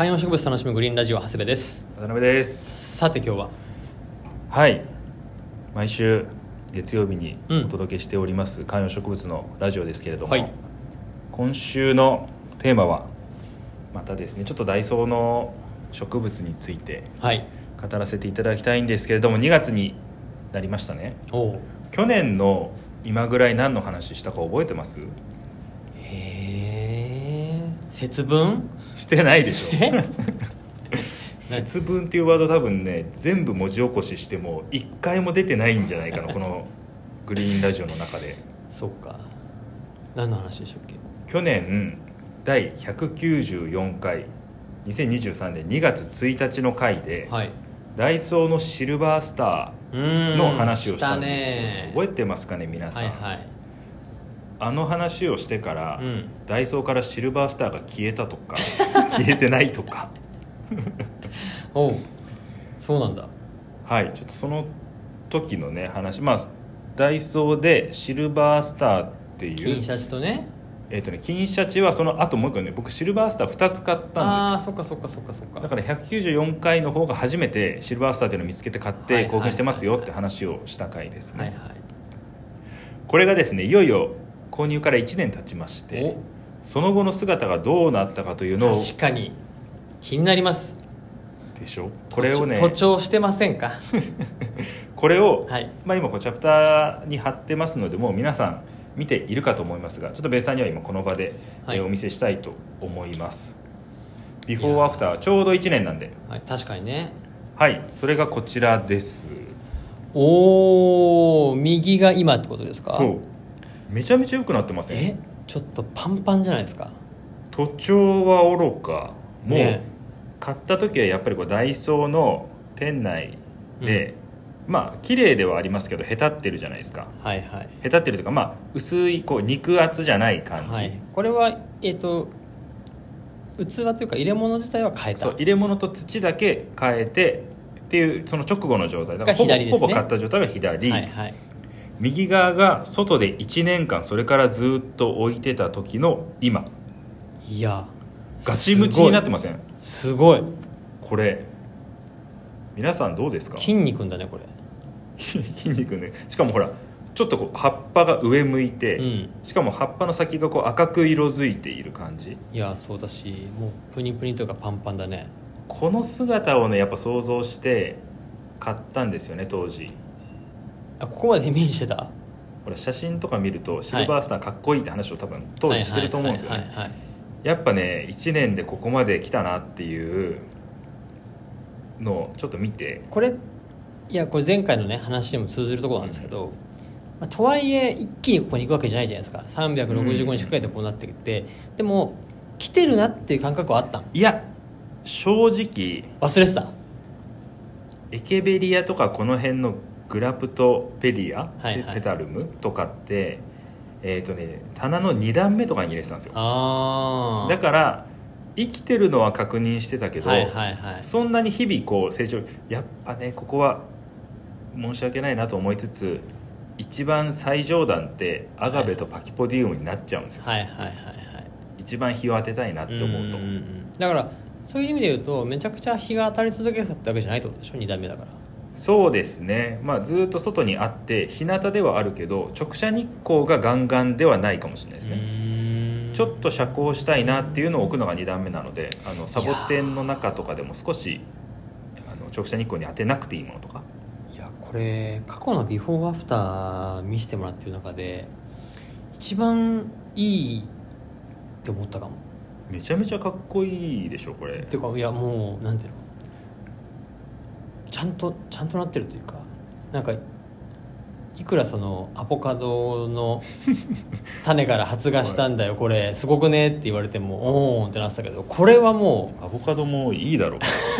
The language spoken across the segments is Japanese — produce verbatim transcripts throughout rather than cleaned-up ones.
観葉植物楽しむグリーンラジオ長谷部です。 渡辺です。 さて今日ははい毎週月曜日にお届けしております、うん、観葉植物のラジオですけれども、はい、今週のテーマはまたですねちょっとダイソーの植物について語らせていただきたいんですけれども、にがつになりましたね。 お去年の今ぐらい何の話したか覚えてます？ へー節分してないでしょ節分っていうワード多分ね全部文字起こししても一回も出てないんじゃないかなこのグリーンラジオの中で。 そうか、何の話でしたっけ？ 去年だいひゃくきゅうじゅうよんかいにせんにじゅうさんねんにがつついたちの回で、はい、ダイソーのシルバースターの話をしたんですよ。覚えてますかね皆さん、はいはい、あの話をしてから、うん、ダイソーからシルバースターが消えたとか消えてないとかおうそうなんだ。 はいちょっとその時のね話、まあダイソーでシルバースターっていう金シャチとねえーとね、金シャチはその後もう一個ね僕シルバースターふたつ買ったんですよ。 ああそっかそっかそっかそっか。 だからひゃくきゅうじゅうよんかいの方が初めてシルバースターっていうのを見つけて買って興奮してますよって話をした回ですね、はいはい、これがですねいよいよ購入からいちねん経ちまして、その後の姿がどうなったかというのを確かに気になりますでしょ。これをね徒長してませんかこれを、 はいまあ、今こうチャプターに貼ってますのでもう皆さん見ているかと思いますが、ちょっとベースさんには今この場で、はい、お見せしたいと思います。ビフォーアフターちょうどいちねんなんで、 はい、確かにね。 はいそれがこちらです。 おー右が今ってことですか？ そうめちゃめちゃ良くなってません？ えちょっとパンパンじゃないですか。 徒長はおろかもう、ね、買った時はやっぱりこうダイソーの店内で、うん、まあ綺麗ではありますけどへたってるじゃないですか。 はいはい。 へたってるというかまあ薄いこう肉厚じゃない感じ、はい、 これはえっ、ー、と器というか入れ物自体は変えた。 そう入れ物と土だけ変えてっていうその直後の状態だからほぼ、 左ですね、 ほぼ買った状態が左、 はいはい、 右側が外でいちねんかんそれからずっと置いてた時の今。 いやガチムチになってません？ すごい。 これ皆さんどうですか？ 筋肉だねこれ筋肉ね。しかもほらちょっとこう葉っぱが上向いて、うん、しかも葉っぱの先がこう赤く色づいている感じ。 いやそうだしもうプニプニというかパンパンだね。 この姿をねやっぱ想像して買ったんですよね当時。 あここまでイメージしてた？ ほら写真とか見るとシルバースターかっこいいって話を多分当時してると思うんですよね。やっぱねいちねんでここまで来たなっていうのをちょっと見て、 これいやこれ前回のね話にも通ずるところなんですけど、うんまあ、とはいえ一気にここに行くわけじゃないじゃないですか。さんびゃくろくじゅうごにちかけてこうなってきて、うん、でも来てるなっていう感覚はあった。 いや正直忘れてた。 エケベリアとかこの辺のグラプトペディア、 はいはい、 ペタルムとかってえーとね、棚のにだんめとかに入れてたんですよ。 あだから生きてるのは確認してたけど、 はいはいはい、 そんなに日々こう成長やっぱねここは申し訳ないなと思いつつ一番最上段ってアガベとパキポディウムになっちゃうんですよ、 はいはいはいはい、 一番日を当てたいなって思うと。 うんうんうん、だからそういう意味で言うとめちゃくちゃ日が当たり続けたわけじゃないってことでしょにだんめだから。 そうですね、まあ、ずっと外にあって日向ではあるけど直射日光がガンガンではないかもしれないですね。ちょっと遮光したいなっていうのを置くのがにだんめなので、あのサボテンの中とかでも少しあの直射日光に当てなくていいものとか。 いやこれ過去のビフォーアフター見せてもらってる中で一番いいって思ったかも。 めちゃめちゃかっこいいでしょこれ。 っていうかいやもうなんていうのちゃんとちゃんとなってるというか、なんかいくらそのアボカドの種から発芽したんだよこれすごくねって言われてもおーんってなってたけど、これはもうアボカドもいいだろう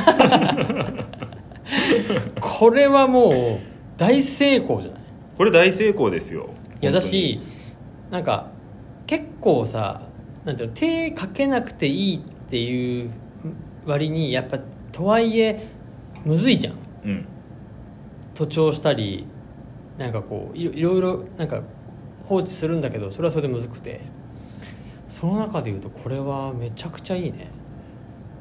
これはもう大成功じゃない？ これ大成功ですよ。 いやだしなんか結構さなんていうの手かけなくていいっていう割にやっぱとはいえむずいじゃん、うん、徒長したりなんかこういろいろなんか放置するんだけどそれはそれでむずくて、その中でいうとこれはめちゃくちゃいいね。 そう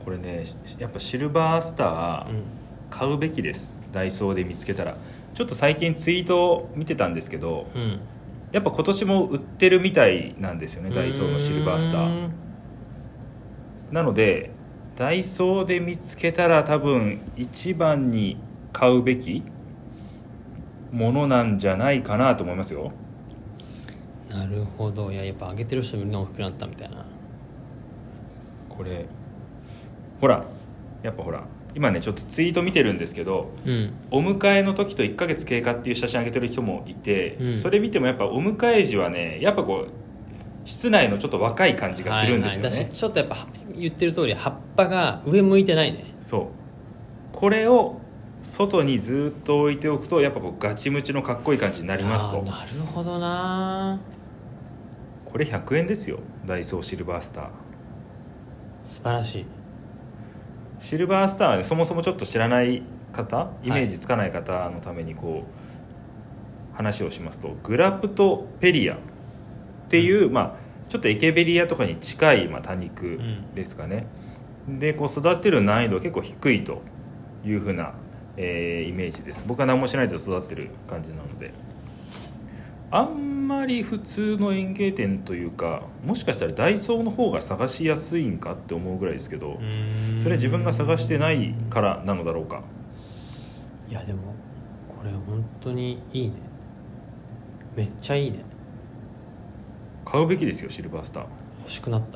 これねやっぱシルバースター買うべきです、うん、ダイソーで見つけたら。ちょっと最近ツイートを見てたんですけど、うん、やっぱ今年も売ってるみたいなんですよね、ダイソーのシルバースター。なのでダイソーで見つけたら多分一番に買うべきものなんじゃないかなと思いますよ。 なるほど。いややっぱ上げてる人みんな大きくなったみたいな。 これほらやっぱほら今ねちょっとツイート見てるんですけど、うん、お迎えの時といっかげつ経過っていう写真上げてる人もいて、うん、それ見てもやっぱお迎え時はねやっぱこう室内のちょっと若い感じがするんですよね、 はいはい、だしちょっとやっぱ言ってる通り葉っぱが上向いてないね。 そうこれを外にずっと置いておくとやっぱこうガチムチのかっこいい感じになりますと。 なるほどな。 これひゃくえんですよ、ダイソーシルバースター。 素晴らしい。 シルバースターは、ね、そもそもちょっと知らない方イメージつかない方のためにこう、はい、話をしますと、グラプトペリアっていう、うん、まあ、ちょっとエケベリアとかに近い、まあ、多肉ですかね、うん、でこう育てる難易度は結構低いというふうな、えー、イメージです。僕は何もしないで育ってる感じなので、あんまり普通の園芸店というか、もしかしたらダイソーの方が探しやすいんかって思うぐらいですけど、それは自分が探してないからなのだろうか。 いやでもこれ本当にいいね、めっちゃいいね。 買うべきですよ、シルバースター。 欲しくなった。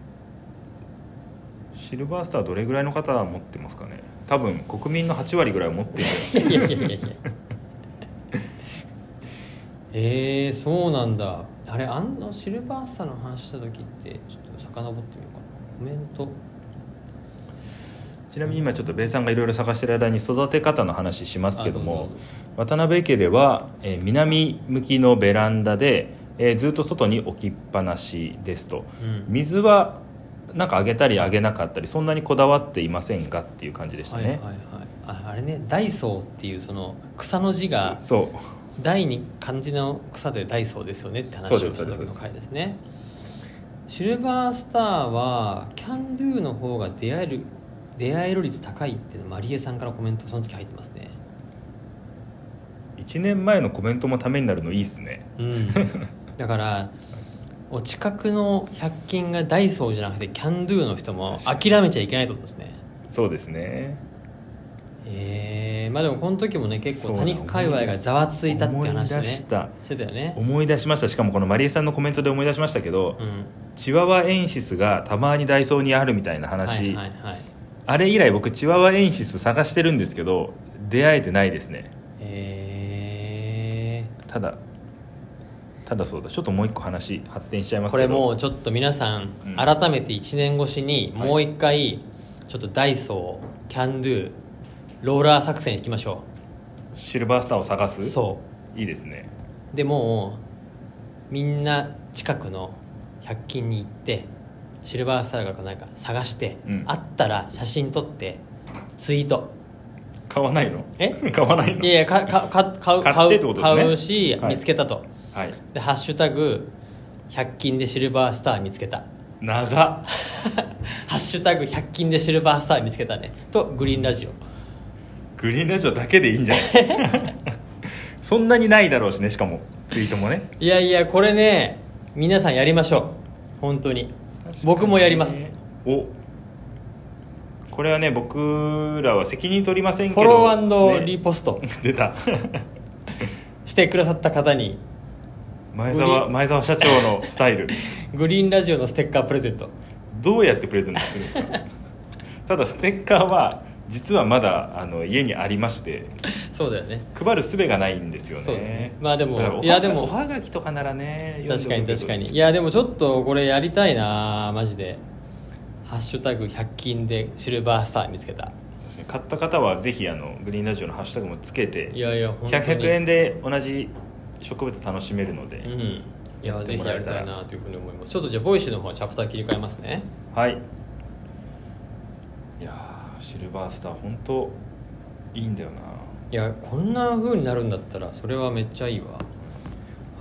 シルバースターどれぐらいの方は持ってますかね。多分国民のはち割ぐらいは持ってる。 いやいやいやいやえー、そうなんだ。あれ、あのシルバースターの話した時ってちょっと遡ってみようかな。コメント。 ちなみに今ちょっとベイさんがいろいろ探してる間に育て方の話しますけども、渡辺家では、えー、南向きのベランダで、えー、ずっと外に置きっぱなしですと、うん、水はなんかあげたりあげなかったりそんなにこだわっていませんがっていう感じでしたね。はいはいはい、 あ, あれね、ダイソーっていうその草の字がそう大に漢字の草でダイソーですよねって話をした時の回ですね。シルバースターはキャンドゥの方が出会える出会える率高いってマリエさんからコメントその時入ってますね。 いちねんまえのコメントもためになるのいいっすね、 うん、だからお近くのひゃく均がダイソーじゃなくてキャンドゥの人も諦めちゃいけないってことですね。 そうですね。 えー、まあでもこの時もね結構多肉界隈がざわついたって話ね思い出したしてたよね。 思い出しました。しかもこのマリエさんのコメントで思い出しましたけど、うん、チワワエンシスがたまにダイソーにあるみたいな話、はいはいはい、あれ以来僕チワワエンシス探してるんですけど出会えてないですね。 えー、 ただただそうだ、ちょっともう一個話発展しちゃいますけど、 これもうちょっと皆さん、うん、改めていちねん越しにもう一回ちょっとダイソー、キャンドゥ、ローラー作戦いきましょう。シルバースターを探す。 そういいですね。 でもうみんな近くのひゃく均に行ってシルバースターがなんか探して、うん、あったら写真撮ってツイート。 買わないの？ え買わないの？ いやいやかかか買う買う、ね、買うし、はい、見つけたと、 はい、 でハッシュタグひゃく均でシルバースター見つけた。 長っハッシュタグひゃく均でシルバースター見つけたねとグリーンラジオ。 グリーンラジオだけでいいんじゃないですかそんなにないだろうしね。しかもツイートもね。 いやいやこれね皆さんやりましょう。本当に僕もやります。 おこれはね僕らは責任取りませんけど、フォロー&リポスト、 ね、出たしてくださった方に前澤前澤社長のスタイルグリーンラジオのステッカープレゼント。 どうやってプレゼントするんですかただステッカーは実はまだあの家にありまして、 そうだよね、 配る術がないんですよ ね, そうだね。まあでもいやでもおはがきとかならね、 確かに確かに。いやでもちょっとこれやりたいなマジで。ハッシュタグひゃく均でシルバースター見つけた。 買った方はぜひあのグリーンラジオのハッシュタグもつけて、 いやいやひゃくえんで同じ植物楽しめるので、うん、 いやぜひやりたいなというふうに思います。ちょっとじゃあボイシーの方はチャプター切り替えますね。 はい。いやシルバースター本当いいんだよな。 いやこんな風になるんだったらそれはめっちゃいいわ。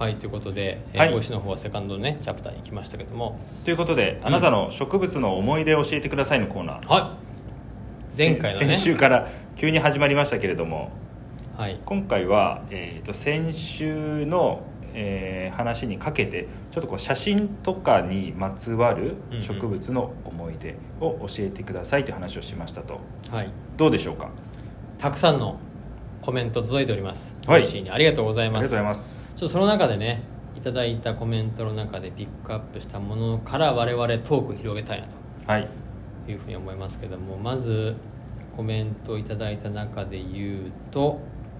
はいということで、 はい、 ボイスの方はセカンドのねチャプターに来ましたけども、 ということで、あなたの植物の思い出を教えてくださいのコーナー、 はい、前回のね先週から急に始まりましたけれども、 はい、 今回は、えー、と先週の、えー、話にかけてちょっとこう写真とかにまつわる植物の思い出を教えてくださいという話をしましたと、 はい、 どうでしょうか。 たくさんのコメント届いております。 はい、 嬉しいね、ありがとうございます。 ありがとうございます。 ちょっとその中でねいただいたコメントの中でピックアップしたものから我々トーク広げたいなというふうに思いますけども、まずコメントいただいた中で言うと、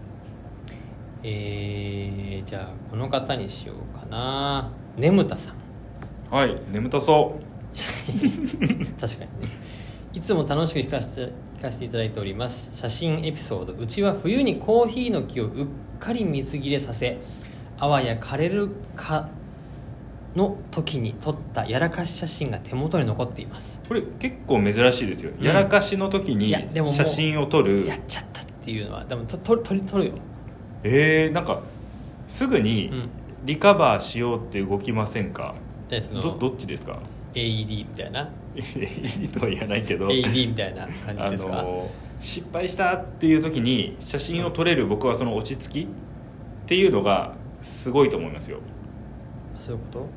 えー、じゃあこの方にしようかな。眠たさん。 はい、眠たそう確かにね。いつも楽しく聞かせて聞かせていただいております。写真エピソード、うちは冬にコーヒーの木をうっかり水切れさせあわや枯れるかの時に撮ったやらかし写真が手元に残っています。 これ結構珍しいですよ、うん、やらかしの時に写真を撮る。 やっちゃったっていうのはでも撮る撮るよ。 えー、なんかすぐにリカバーしようって動きませんか、 うん、そのど, どっちですか。 エーイーディー みたいなエーイーディー とは言わないけどエーイーディー みたいな感じですか。 あの失敗したっていう時に写真を撮れる、僕はその落ち着きっていうのがすごいと思いますよ。 そういうこと、うん、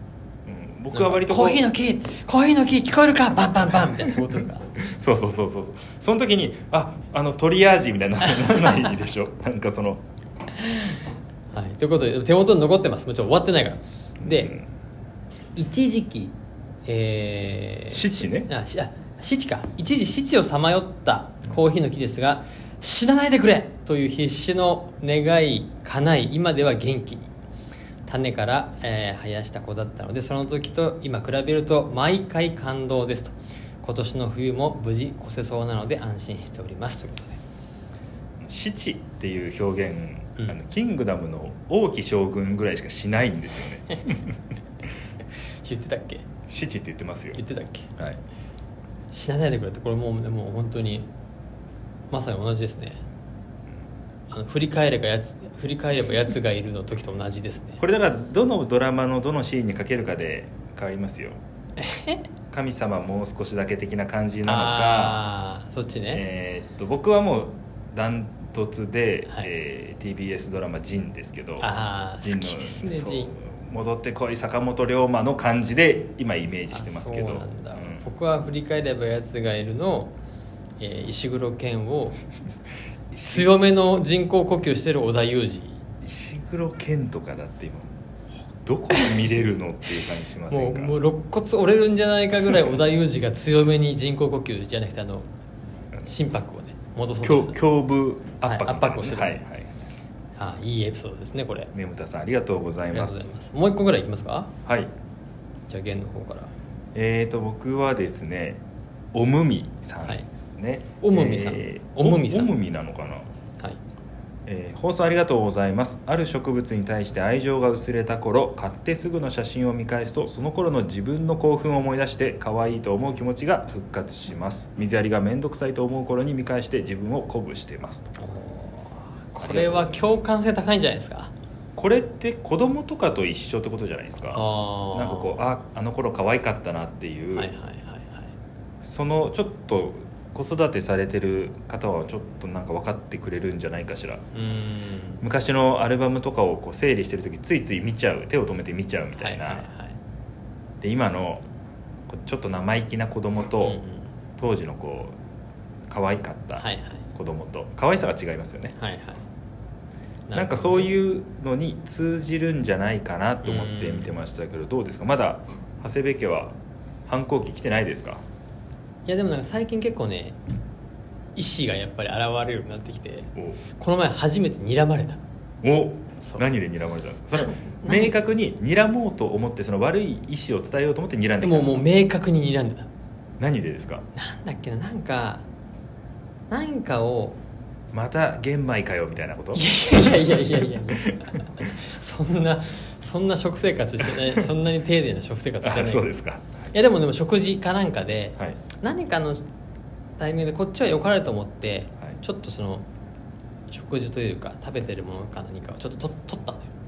僕は割とコーヒーの木コーヒーの木聞こえるかバンバンバンみたいなそういうことですかそうそうそうそうその時にああのトリアージみたいなのならないでしょなんかそのはい、ということで手元に残ってます。もちろん終わってないからで、うん、一時期えー、 七ねああ七か一時七をさまよったコーヒーの木ですが、死なないでくれという必死の願い叶い今では元気に種から、えー、生やした子だったので、その時と今比べると毎回感動ですと。今年の冬も無事越せそうなので安心しておりますということで、 七っていう表現、うん、あのキングダムの王毅将軍ぐらいしかしないんですよね言ってたっけ。 七って言ってますよ。 言ってたっけ。 はい。 死なないでくれって、これもうもう本当にまさに同じですね。あの振り返ればやつ振り返ればやつがいるの時と同じですね。 これだからどのドラマのどのシーンにかけるかで変わりますよ。神様もう少しだけ的な感じなのか。 ああ、そっちね。 えー、っと僕はもうダントツで、はい、えー、ティービーエス ドラマジンですけど。 ああ、好きですねジン。 戻ってこい坂本龍馬の感じで今イメージしてますけど。そうなんだ、うん、僕は振り返ればやつがいるの、えー、石黒賢を強めの人工呼吸してる織田裕二。 石黒賢とかだって今どこで見れるのっていう感じしませんか。 もう、もう肋骨折れるんじゃないかぐらい織田裕二が強めに人工呼吸じゃなくてあの心拍をね戻そうとして胸部圧迫、 はい、圧迫をしてる、 はいはい、 ああ、いいエピソードですねこれ。 眠田さんありがとうございます。 ありがとうございます。もう一個ぐらいいきますか。 はい、 じゃあ弦の方から。 えーと僕はですねおむみさんですね、はい、 おむみさん、えー、おむみさんおむみなのかな。 はい、 えー、放送ありがとうございます。ある植物に対して愛情が薄れた頃、買ってすぐの写真を見返すとその頃の自分の興奮を思い出して可愛いと思う気持ちが復活します。水やりがめんどくさいと思う頃に見返して自分を鼓舞してますと。 これは共感性高いんじゃないですか。 これって子供とかと一緒ってことじゃないですか。 あなんかこう あ, あの頃可愛かったなっていう、 はいはいはいはい、 そのちょっと子育てされてる方はちょっとなんか分かってくれるんじゃないかしら。 うーん、 昔のアルバムとかをこう整理してる時ついつい見ちゃう、手を止めて見ちゃうみたいな、はいはいはい、で今のちょっと生意気な子供と、うんうん、当時のこう可愛かった子供と可愛さが違いますよね、 はいはい、 な, なんかそういうのに通じるんじゃないかなと思って見てましたけど、どうですか。まだ長谷部家は反抗期来てないですか。 いやでもなんか最近結構ね意志がやっぱり現れるようになってきて、この前初めて睨まれた。 お、何で睨まれたんですか。その明確に睨もうと思ってその悪い意思を伝えようと思って睨んできたんですか。 もうもう明確に睨んでた。 何でですか。 なんだっけな、なんか何かをまた玄米かよみたいなこと。いやいやいやいやいやいやそんなそんな食生活してないそんなに丁寧な食生活してない。 そうですか。 いやでもでも食事かなんかで、 はい、 何かのタイミングでこっちは良かれと思って、はい、ちょっとその食事というか食べてるものか何かをちょっとと取ったのよ、 はい、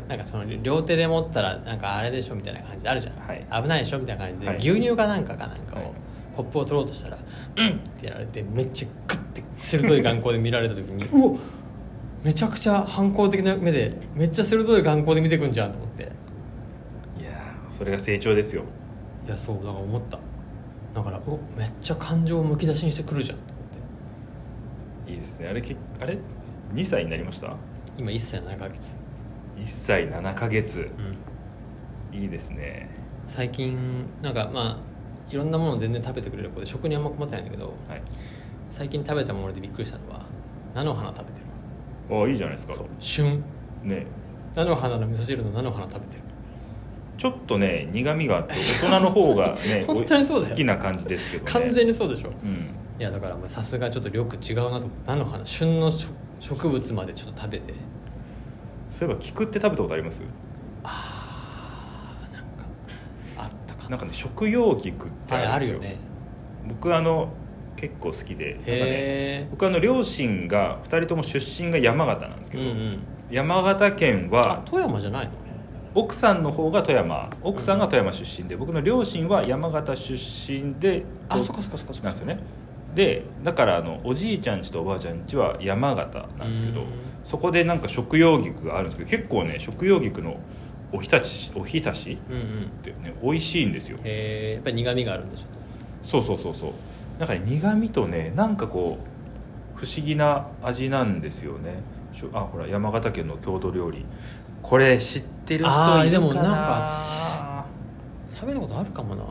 なんかその両手で持ったらなんかあれでしょみたいな感じであるじゃん、 はい、 危ないでしょみたいな感じで、 はい、 牛乳かなんかかなんかを、はい、コップを取ろうとしたらうんってやられてめっちゃグッて鋭い眼光で見られた時にうおめちゃくちゃ反抗的な目でめっちゃ鋭い眼光で見てくんじゃんと思って、 いやそれが成長ですよ。 いやそうだから思った。だからおめっちゃ感情をむき出しにしてくるじゃんと思って。 いいですね。あれけあれにさいになりました？ 今いっさいななかげつ。 いっさいななかげつ、 うん、 いいですね。 最近なんかまあいろんなもの全然食べてくれる子で食にあんま困ってないんだけど、はい、最近食べたものでびっくりしたのは菜の花食べてる。 ああいいじゃないですか。 そう旬ね。 菜の花の味噌汁の菜の花食べてる。 ちょっとね苦味があって大人の方がね本当にそうだよ。 好きな感じですけどね。 完全にそうでしょ、 うん、 いやだからさすがちょっと緑違うなと思って、菜の花旬の植物までちょっと食べて。 そういえば菊って食べたことあります？ あーなんかあったかな。 なんかね食用菊ってあるんですよ、はい、あるよね。僕あの結構好きで、なんかね、僕あの両親がふたりとも出身が山形なんですけど、うんうん、山形県は富山じゃないの？ 奥さんの方が富山、奥さんが富山出身で、うん、僕の両親は山形出身で、 あそこそこそこそこなんですよね。でだからあのおじいちゃん家とおばあちゃん家は山形なんですけど、そこでなんか食用菊があるんですけど、結構ね食用菊のおひたしおひたしってね、うんうん、美味しいんですよ。 へえ、やっぱり苦味があるんでしょ。 そうそうそうそう。なんかね苦味とねなんかこう不思議な味なんですよね。あほら山形県の郷土料理、これ知ってる人いるかな。あでもなんか食べたことあるかもな。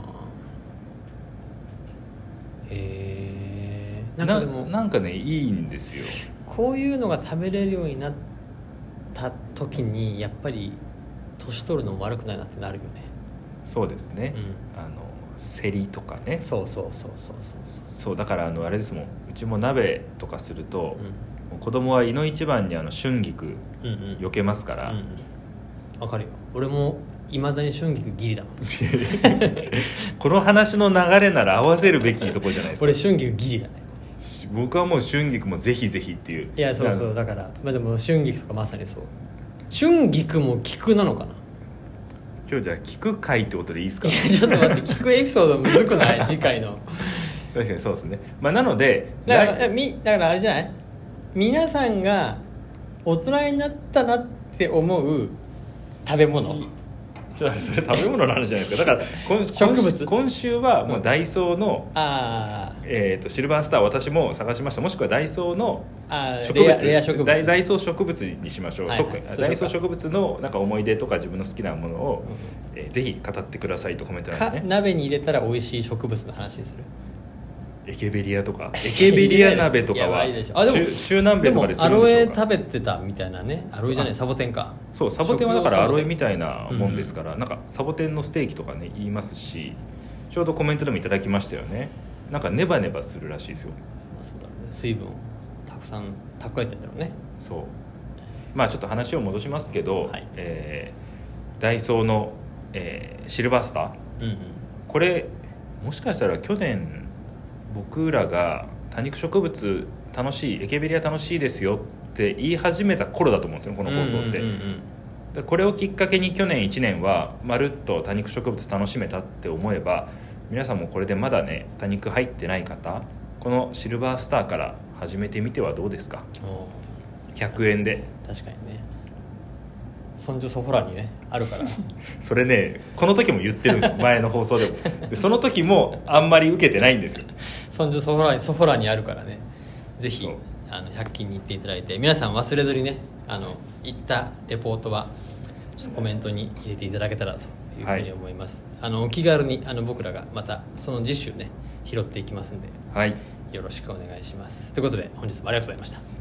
へえ。なんかでも な, なんかねいいんですよ。 こういうのが食べれるようになった時にやっぱり年取るのも悪くないなってなるよね。 そうですね、うん、あのセリとかね。 そうそうそうそうそうそうそうだからあのあれですもん、うちも鍋とかすると、うん、子供はいの一番にあの春菊避けますから。わ、うんうん、かるよ。俺もいまだに春菊ギリだもんこの話の流れなら合わせるべきところじゃないですか。 俺春菊ギリだね。 僕はもう春菊もぜひぜひっていう。 いやそうそうだから、まあ、でも春菊とかまさにそう。春菊も菊なのかな。 今日じゃあ菊会ってことでいいですか？ いやちょっと待って、菊エピソードむずくない？次回の確かにそうですね、まあ、なのでだからみだからあれじゃない、皆さんが大人になったなって思う食べ物、 ちょっとそれ食べ物の話じゃないですか。だから今植物今週はもうダイソーの、うん、 あえー、とシルバースター私も探しました。もしくはダイソーの植物、 レアレア植物、 ダイ、ダイソー植物にしましょう、 はいはい、 特にダイソー植物のなんか思い出とか自分の好きなものを、うんえー、ぜひ語ってくださいとコメントなんでね。 鍋に入れたら美味しい植物の話にする。 エケベリアとかエケベリア鍋とかはあでも中南米とかでするんでしょうか。 アロエ食べてたみたいなね。アロエじゃないサボテンか。 そうサボテンはだからアロエみたいなもんですから、うん、なんかサボテンのステーキとかね言いますし、ちょうどコメントでもいただきましたよね。なんかネバネバするらしいですよ。 あそうだね、水分をたくさん蓄えてるんだろうね。 そうまあちょっと話を戻しますけど、 はいえー、ダイソーの、えー、シルバースター、うんうん、これもしかしたら去年僕らが多肉植物楽しい、エケベリア楽しいですよって言い始めた頃だと思うんですよこの放送って、うんうんうんうん、でこれをきっかけに去年いちねんはまるっと多肉植物楽しめたって思えば、皆さんもこれでまだね多肉入ってない方、このシルバースターから始めてみてはどうですか。ひゃくえんで。 確かにね、ソンジュソフォラにねあるからそれねこの時も言ってる前の放送でもでその時もあんまり受けてないんですよ。 ソンジュソフォラにソフォラにあるからね、ぜひあのひゃく均に行っていただいて、皆さん忘れずにね、あの行ったレポートはちょっとコメントに入れていただけたらというふうに思います、はい、あのお気軽にあの僕らがまたその次週ね拾っていきますんで、 はい、 よろしくお願いします。ということで本日もありがとうございました。